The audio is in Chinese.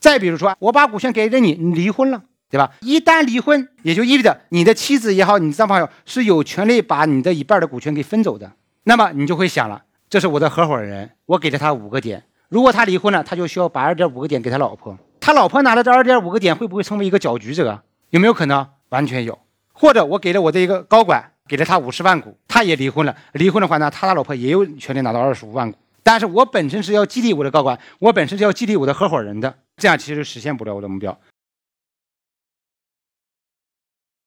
再比如说，我把股权给了你，你离婚了，对吧？一旦离婚，也就意味着你的妻子也好，你的丈夫也好，是有权利把你的一半的股权给分走的。那么你就会想了，这是我的合伙人，我给了他5个点，如果他离婚了，他就需要把2.5个点给他老婆，他老婆拿了这2.5个点，会不会成为一个搅局者？有没有可能？完全有。或者我给了我的一个高管，给了他50万股，他也离婚了，离婚的话呢，他的老婆也有权利拿到25万股。但是我本身是要激励我的高管，我本身是要激励我的合伙人的，这样其实实现不了我的目标。